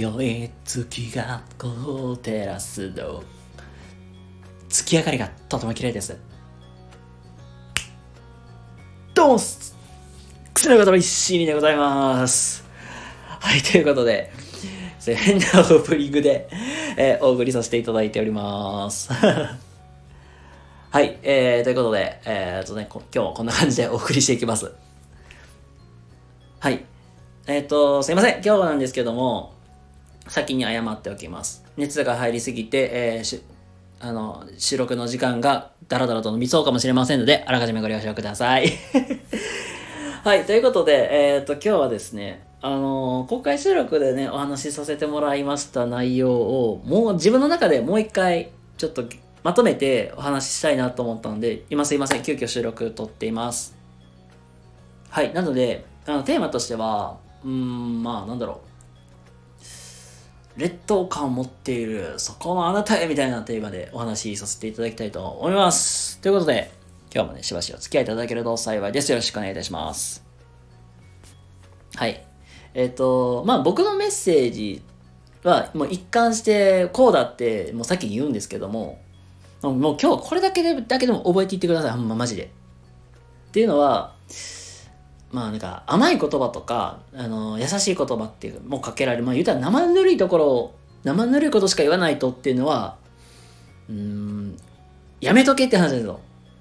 よい月がこう照らすの月明かりがとても綺麗です。どうもくせの方の石井でございます。はい、ということで変なオープニングで、お送りさせていただいておりますはい、ということで、今日もこんな感じでお送りしていきます。はい、すいません、今日なんですけども先に謝っておきます。熱が入りすぎて、収録の時間がだらだらと伸びそうかもしれませんので、あらかじめご了承くださいはい、ということで、今日はですね、公開収録でね、お話しさせてもらいました内容を、もう自分の中でもう一回、ちょっとまとめてお話ししたいなと思ったので、今すいません、急遽収録撮っています。はい、なので、テーマとしては、なんだろう。劣等感を持っている、そこのあなたへみたいなテーマでお話しさせていただきたいと思います。ということで、今日もね、しばしお付き合いいただけると幸いです。よろしくお願いいたします。はい。僕のメッセージはもう一貫してこうだってもう先に言うんですけども、もう今日はこれだけでも覚えていってください。ほんまマジで。っていうのは、なんか甘い言葉とか、優しい言葉っていうもうかけられる、言うたら生ぬるいことしか言わないとっていうのは、やめとけって話ですよ。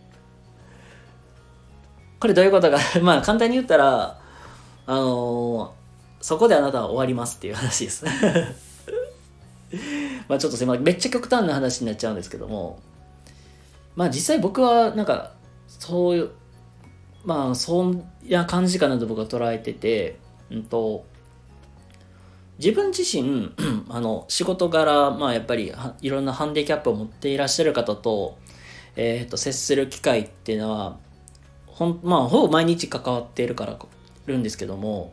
これどういうことか簡単に言ったら、そこであなたは終わりますっていう話ですちょっとすいません、めっちゃ極端な話になっちゃうんですけども、実際僕はなんかそういうそんな感じかなと僕は捉えてて、自分自身仕事柄、やっぱりいろんなハンディキャップを持っていらっしゃる方と、接する機会っていうのはほぼ毎日関わっているんですけども、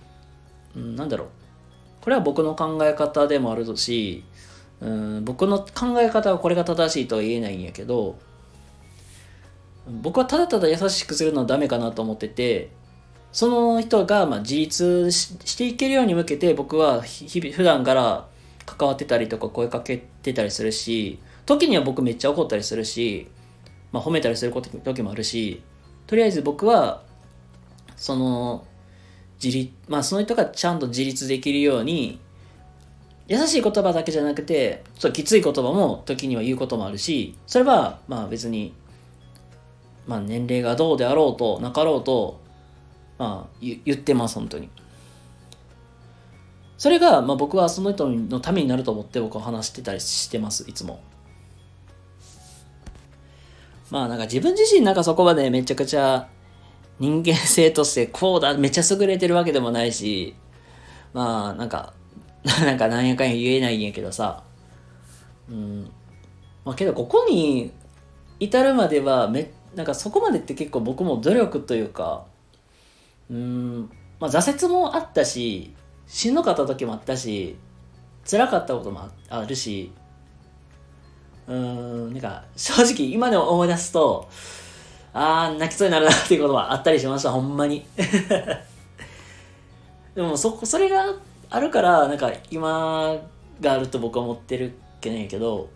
これは僕の考え方でもあるし、僕の考え方はこれが正しいとは言えないんやけど、僕はただただ優しくするのはダメかなと思ってて、その人が自立していけるように向けて僕は日々普段から関わってたりとか声かけてたりするし、時には僕めっちゃ怒ったりするし、褒めたりする時もあるし、とりあえず僕はそのその人がちゃんと自立できるように、優しい言葉だけじゃなくてちょっときつい言葉も時には言うこともあるし、それは別に年齢がどうであろうとなかろうと言ってます。本当にそれが僕はその人のためになると思って僕は話してたりしてます。いつもなんか自分自身なんかそこまでめちゃくちゃ人間性としてこうだめっちゃ優れてるわけでもないし、なんかなんやかんや言えないんやけどさ、けどここに至るまではなんかそこまでって結構僕も努力というか、挫折もあったし、しんどかった時もあったし、辛かったこともあるし、なんか正直今でも思い出すと泣きそうになるなっていうことはあったりしました。ほんまにでもそれがあるからなんか今があると僕は思ってるけねんけど、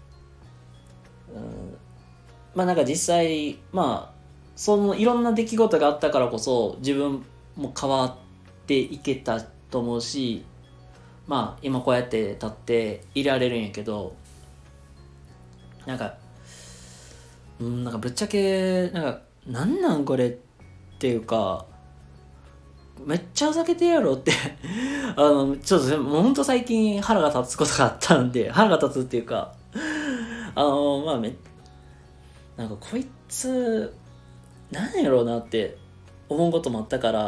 なんか実際そのいろんな出来事があったからこそ自分も変わっていけたと思うし、今こうやって立っていられるんやけど、なんかぶっちゃけなんこれっていうか、めっちゃふざけてやろってちょっともうほんと最近腹が立つことがあったんで、腹が立つっていうかなんかこいつなんやろうなって思うこともあったから、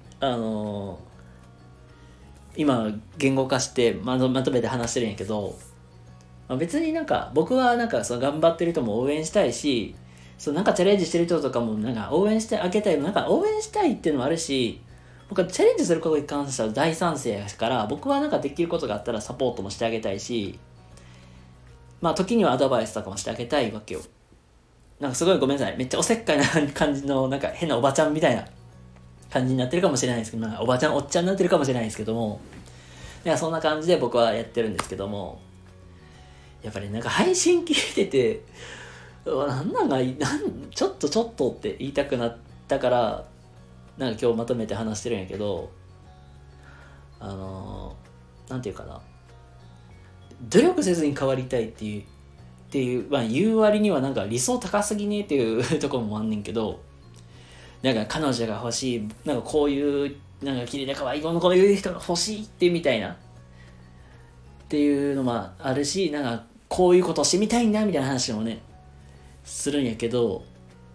今言語化してまとめて話してるんやけど、別になんか僕はなんか頑張ってる人も応援したいし、なんかチャレンジしてる人とかもなんか応援してあげたい、なんか応援したいっていうのもあるし、僕はチャレンジすることに関しては大賛成やから、僕はなんかできることがあったらサポートもしてあげたいし、時にはアドバイスとかもしてあげたいわけよ。なんかすごいごめんなさい、めっちゃおせっかいな感じのなんか変なおばちゃんみたいな感じになってるかもしれないですけど、おばちゃんおっちゃんになってるかもしれないですけども、 いやそんな感じで僕はやってるんですけども、やっぱりなんか配信聞いててちょっとって言いたくなったから、なんか今日まとめて話してるんやけど、なんていうかな、努力せずに変わりたいっていう、まあ言う割にはなんか理想高すぎねっていうところもあんねんけど、なんか彼女が欲しい、なんかこういうなんか綺麗で可愛いこういう人が欲しいってみたいなっていうのもあるし、なんかこういうことをしてみたいんだみたいな話もねするんやけど、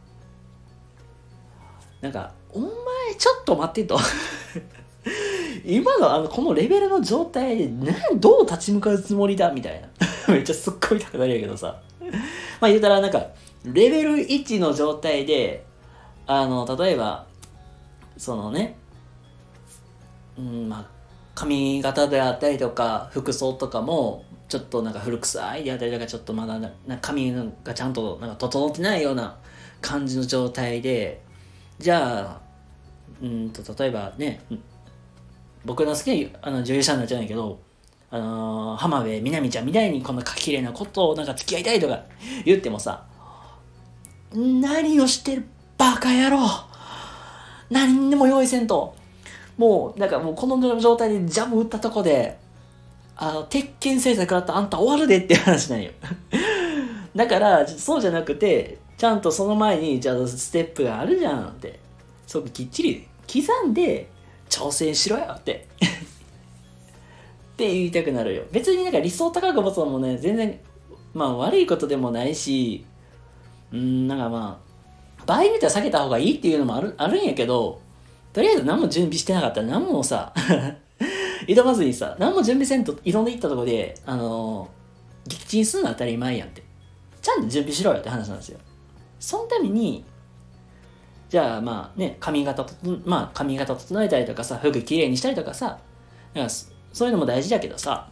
なんかお前ちょっと待ってと今のこのレベルの状態でどう立ち向かうつもりだみたいなめっちゃすっごい高くなるんやけどさ、まあ言うたらなんかレベル1の状態で例えばそのね、まあ髪型であったりとか服装とかもちょっとなんか古臭いであったりとか、ちょっとまだ髪がちゃんとなんか整ってないような感じの状態で、じゃあ例えばね、僕の好きな女優さんになっちゃうんだけど、浜辺美波ちゃんみたいにこんな綺麗なことをなんか付き合いたいとか言ってもさ、何をしてるバカ野郎、何にも用意せんと、もうなんかもうこの状態でジャム打ったとこで鉄拳制作だったらあんた終わるでって話なんよだからそうじゃなくて、ちゃんとその前にじゃあステップがあるじゃんって、そこきっちり刻んで挑戦しろよってって言いたくなるよ。別になんか理想高く持つのもね全然まあ悪いことでもないし、なんかまあ場合によっては避けた方がいいっていうのもあるんやけど、とりあえず何も準備してなかったら何もさ挑まずにさ、何も準備せんと挑んでいったところで撃沈するのは当たり前やんって、ちゃんと準備しろよって話なんですよ。そのためにじゃあまあね、髪型整えたりとかさ、服きれいにしたりとかさ、なんかそういうのも大事だけどさ、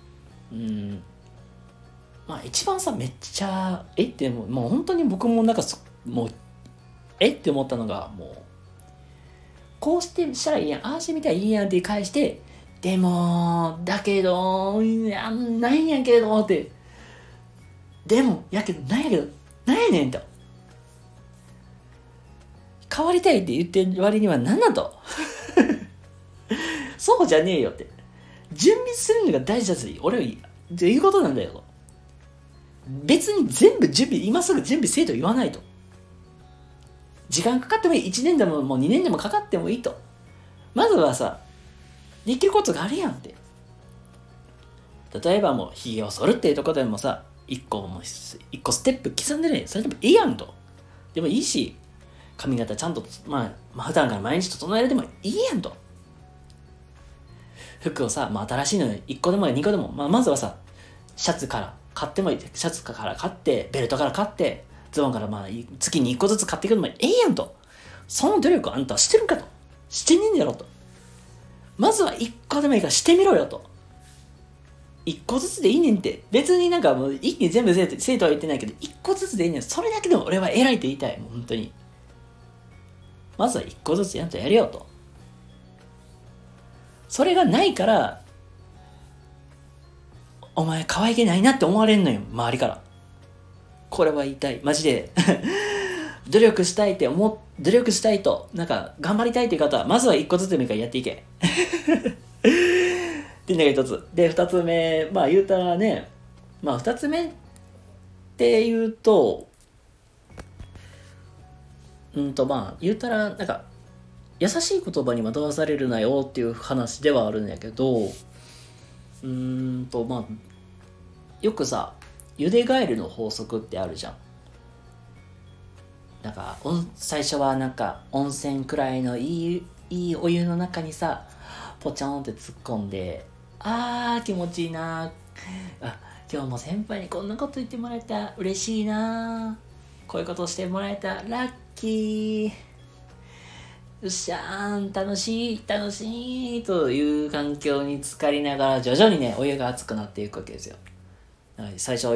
まあ一番さ、めっちゃってもう本当に僕もなんかもうって思ったのが、もうこうしてしたらいいやん、ああしてみたらいいやんって返して、でもだけどないんやけどって、でもやけどなんやけどなんやねんと、変わりたいって言ってる割には何だとそうじゃねえよって、準備するのが大事だし、俺は言うことなんだよと、別に全部今すぐ準備せえと言わないと、時間かかってもいい、1年でももう2年でもかかってもいいと、まずはさできることがあるやんって。例えばもうひげを剃るっていうところでもさ、一個ステップ刻んでね、それでもいいやんと。でもいいし、髪型ちゃんとまあ普段から毎日整えるでもいいやんと。服をさ、新しいの1個でも2個でも、まずはさ、シャツから買ってもいい、シャツから買って、ベルトから買って、ズボンから月に1個ずつ買っていくのもいいやんと。その努力をあんたはしてるかと。してねえんだろと。まずは1個でもいいからしてみろよと。1個ずつでいいねんって。別になんかもう一気に全部せえとは言ってないけど、1個ずつでいいねん。それだけでも俺は偉いって言いたい。もう本当に。まずは1個ずつやんとやれよと。それがないから、お前可愛げないなって思われんのよ、周りから。これは言いたい。マジで。努力したいと、なんか頑張りたいという方は、まずは1個ずつでもいいからやっていけ。っていうのが一つ。で、二つ目、言うたらね、二つ目って言うと、言うたら、なんか、優しい言葉に惑わされるなよっていう話ではあるんやけど、よくさ、茹でガエルの法則ってあるじゃん。なんか、最初はなんか、温泉くらいのいいお湯の中にさ、ポチョンって突っ込んで、気持ちいいな、今日も先輩にこんなこと言ってもらえた、嬉しいな、こういうことしてもらえた、ラッキー、よっしゃーん、楽しいという環境に浸かりながら徐々にね、お湯が熱くなっていくわけですよ。最初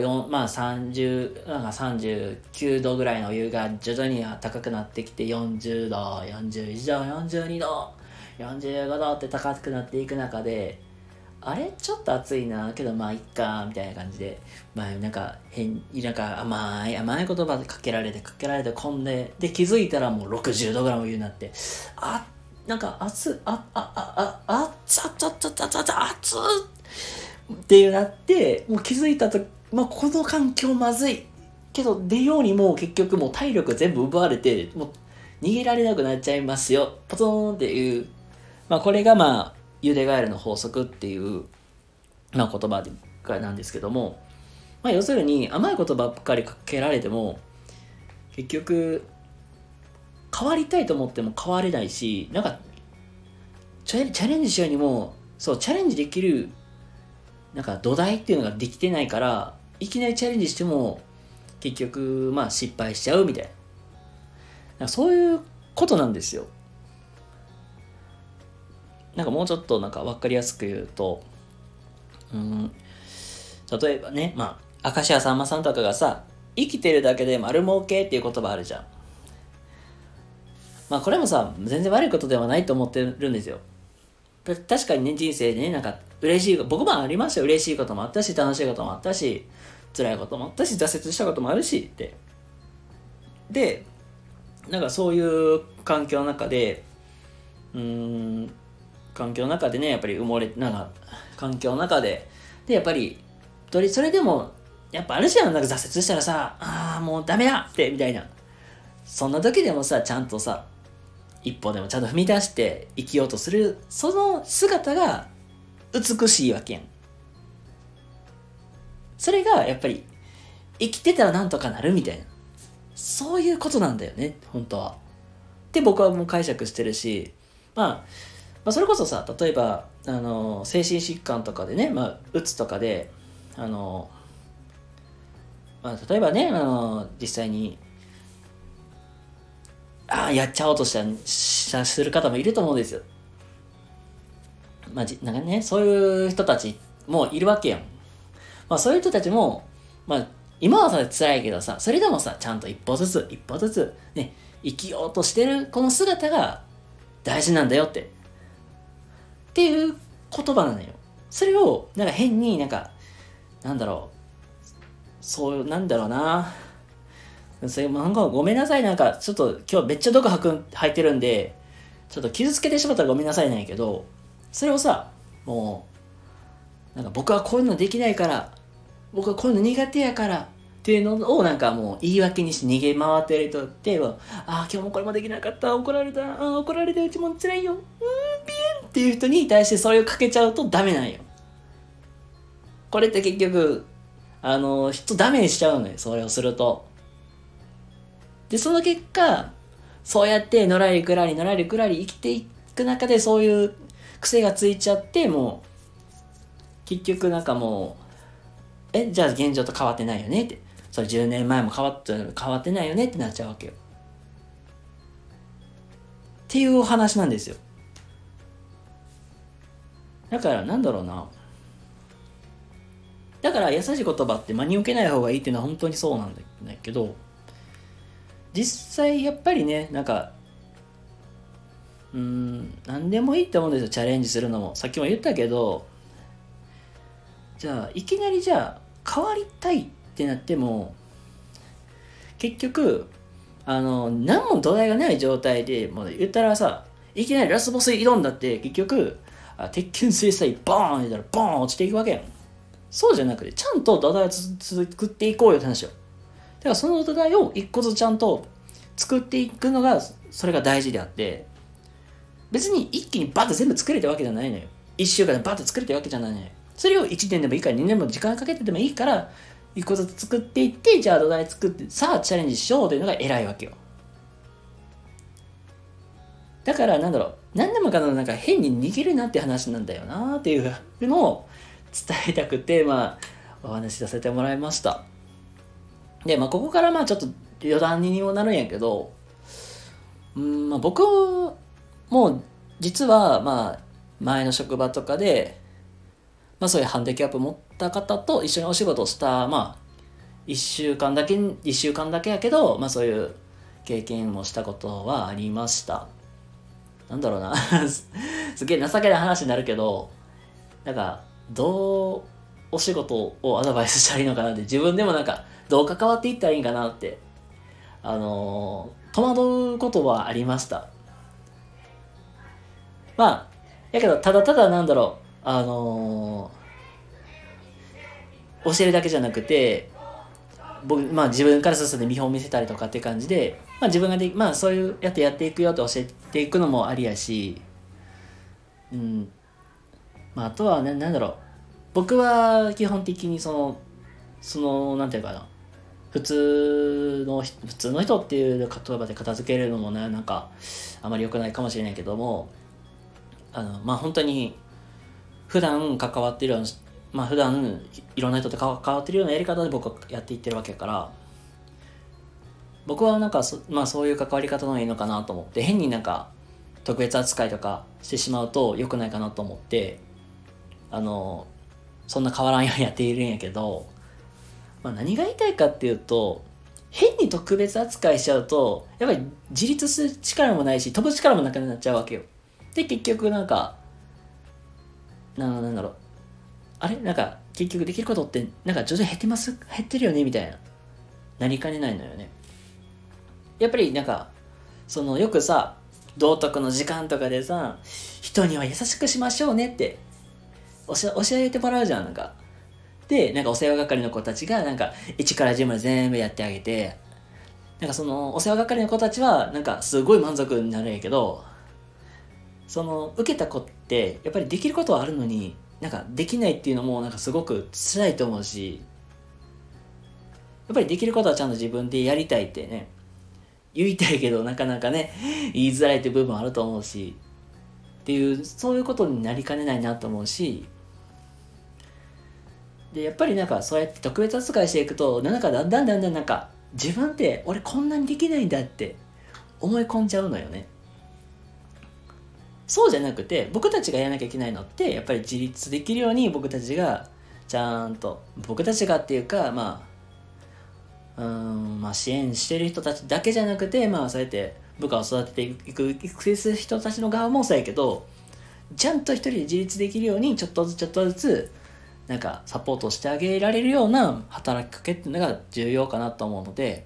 39度ぐらいのお湯が徐々に高くなってきて、40度、41度、42度、45度って高くなっていく中で、 あれちょっと暑いなけどまあいっかみたいな感じで、まあなんか甘い言葉でかけられてこんで気づいたらもう60度ぐらいのお湯になって、なんか熱っていうなって、もう気づいたと、この環境まずいけど出ようにもう結局もう体力全部奪われて、もう逃げられなくなっちゃいますよポトーンっていう、これがゆでガエルの法則っていう、言葉なんですけども、要するに甘い言葉ばっかりかけられても結局変わりたいと思っても変われないし、なんかチャレンジしようにもチャレンジできるなんか土台っていうのができてないから、いきなりチャレンジしても結局失敗しちゃうみたいな、そういうことなんですよ。なんかもうちょっとなんか分かりやすく言うと、例えばね、明石家さんまさんとかがさ、生きてるだけで丸儲けっていう言葉あるじゃん。これもさ、全然悪いことではないと思ってるんですよ。確かにね、人生でね、なんか嬉しい、僕もありましたよ。嬉しいこともあったし、楽しいこともあったし、辛いこともあったし、挫折したこともあるしって。で、なんかそういう環境の中で、ね、やっぱり環境の中で、やっぱり、それでも、やっぱあるじゃん、なんか挫折したらさ、もうダメだって、みたいな。そんな時でもさ、ちゃんとさ、一歩でもちゃんと踏み出して生きようとする、その姿が美しいわけやん。それがやっぱり生きてたらなんとかなるみたいな、そういうことなんだよね本当はって僕はもう解釈してるし、それこそさ、例えば精神疾患とかでね、うつとかで例えばね実際にやっちゃおうとする方もいると思うんですよ。なんかね、そういう人たちもいるわけやん。そういう人たちも、今はさ、辛いけどさ、それでもさ、ちゃんと一歩ずつ、ね、生きようとしてるこの姿が大事なんだよっていう言葉なのよ。それを、なんか変にそれなんかごめんなさい、なんかちょっと今日めっちゃ毒吐いてるんでちょっと傷つけてしまったらごめんなさいなんやけど、それをさ、もうなんか僕はこういうのできないから、僕はこういうの苦手やからっていうのをなんかもう言い訳にして逃げ回ってる人って今日もこれもできなかった、怒られた、怒られてうちも辛いよ、ビエンっていう人に対してそれをかけちゃうとダメなんよ。これって結局人ダメにしちゃうのよ、それをすると。でその結果そうやってのらりくらり生きていく中でそういう癖がついちゃって、もう結局なんかもうじゃあ現状と変わってないよねって、それ10年前も変わってないよねってなっちゃうわけよっていうお話なんですよ。だからだから優しい言葉って真に受けない方がいいっていうのは本当にそうなんだけど、実際やっぱりね、なんか何でもいいと思うんですよ、チャレンジするのも。さっきも言ったけど、じゃあいきなり変わりたいってなっても結局何も土台がない状態でもう言ったらさ、いきなりラスボス挑んだって結局鉄拳制裁ボーン入れたらボーン落ちていくわけやん。そうじゃなくてちゃんと土台を作っていこうよって話よ。だからその土台を一個ずつちゃんと作っていくのがそれが大事であって、別に一気にバッと全部作れたわけじゃないのよ。1週間でバッと作れたわけじゃないのよ。それを1年でもいいから2年でも時間かけてでもいいから一個ずつ作っていって、じゃあ土台作ってさあチャレンジしようというのが偉いわけよ。だから何でもかのなんか変に逃げるなって話なんだよなっていうのを伝えたくてお話しさせてもらいました。でここからちょっと余談にもなるんやけど、僕も実は前の職場とかでそういうハンディキャップ持った方と一緒にお仕事をした1週間だけやけどそういう経験もしたことはありました。すげえ情けない話になるけど、なんかどうお仕事をアドバイスしたらいいのかなって、自分でもなんかどう関わっていったらいいんかなって、戸惑うことはありました。まあ、やけどただただなんだろう、教えるだけじゃなくて、まあ自分から進んで見本を見せたりとかっていう感じで、まあ自分がまあそういうやっていくよって教えていくのもありやし、まああとはね、なんだろう、僕は基本的になんていうかな、普通の人っていう言葉で片付けるのもね、なんかあまり良くないかもしれないけども、まあ本当に普段関わってるような、まあ普段いろんな人と関わってるようなやり方で僕はやっていってるわけやから、僕はなんかまあそういう関わり方の方がいいのかなと思って、変になんか特別扱いとかしてしまうと良くないかなと思って、そんな変わらんようにやっているんやけど、まあ、何が言いたいかっていうと、変に特別扱いしちゃうとやっぱり自立する力もないし飛ぶ力もなくなっちゃうわけよ。で結局なんかなんだろう、あれなんか結局できることってなんか徐々に減ってるよねみたいなりかねないのよね。やっぱりなんかよくさ、道徳の時間とかでさ、人には優しくしましょうねって教えてもらうじゃん。なんかで、なんかお世話係の子たちがなんか1から10まで全部やってあげて、なんかお世話係の子たちはなんかすごい満足になるんやけど、受けた子ってやっぱりできることはあるのになんかできないっていうのもなんかすごく辛いと思うし、やっぱりできることはちゃんと自分でやりたいってね言いたいけど、なかなかね言いづらいって部分あると思うしっていう、そういうことになりかねないなと思うし、でやっぱりなんかそうやって特別扱いしていくと、なんかだんだんなんか自分って俺こんなにできないんだって思い込んじゃうのよね。そうじゃなくて、僕たちがやらなきゃいけないのってやっぱり自立できるように、僕たちがちゃんと、僕たちがっていうかまあ支援してる人たちだけじゃなくて、まあそうやって部下を育てていく育成する人たちの側もそうやけど、ちゃんと一人で自立できるようにちょっとずつなんかサポートしてあげられるような働きかけっていうのが重要かなと思うので、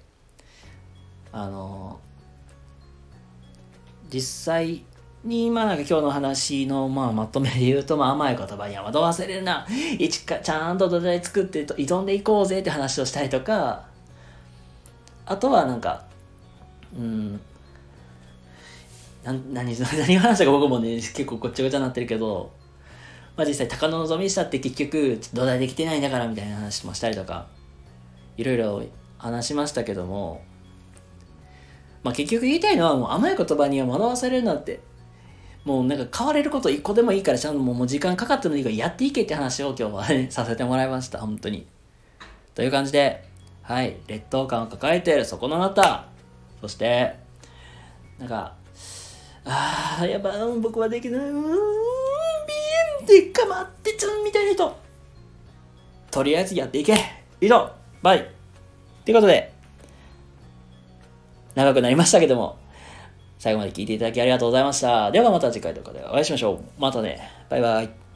実際になんか今日の話のまとめで言うと、甘い言葉には惑わせるな、ちゃんと土台作って挑んでいこうぜって話をしたりとか、あとはなんか何話したか僕もね結構ごっちゃごちゃになってるけど、実際高野望みしたって結局土台できてないんだからみたいな話もしたりとかいろいろ話しましたけども、結局言いたいのは、もう甘い言葉には惑わされるなって、もうなんか変われること一個でもいいからちゃんともう時間かかってもいいからやっていけって話を今日はねさせてもらいました。本当にという感じで、はい劣等感を抱えているそこのあなた、そしてなんかやっぱ僕はできないビエンってかまってちゃんみたいな人、とりあえずやっていけ、以上バイってことで、長くなりましたけども最後まで聞いていただきありがとうございました。ではまた次回とかでお会いしましょう。またね、バイバイ。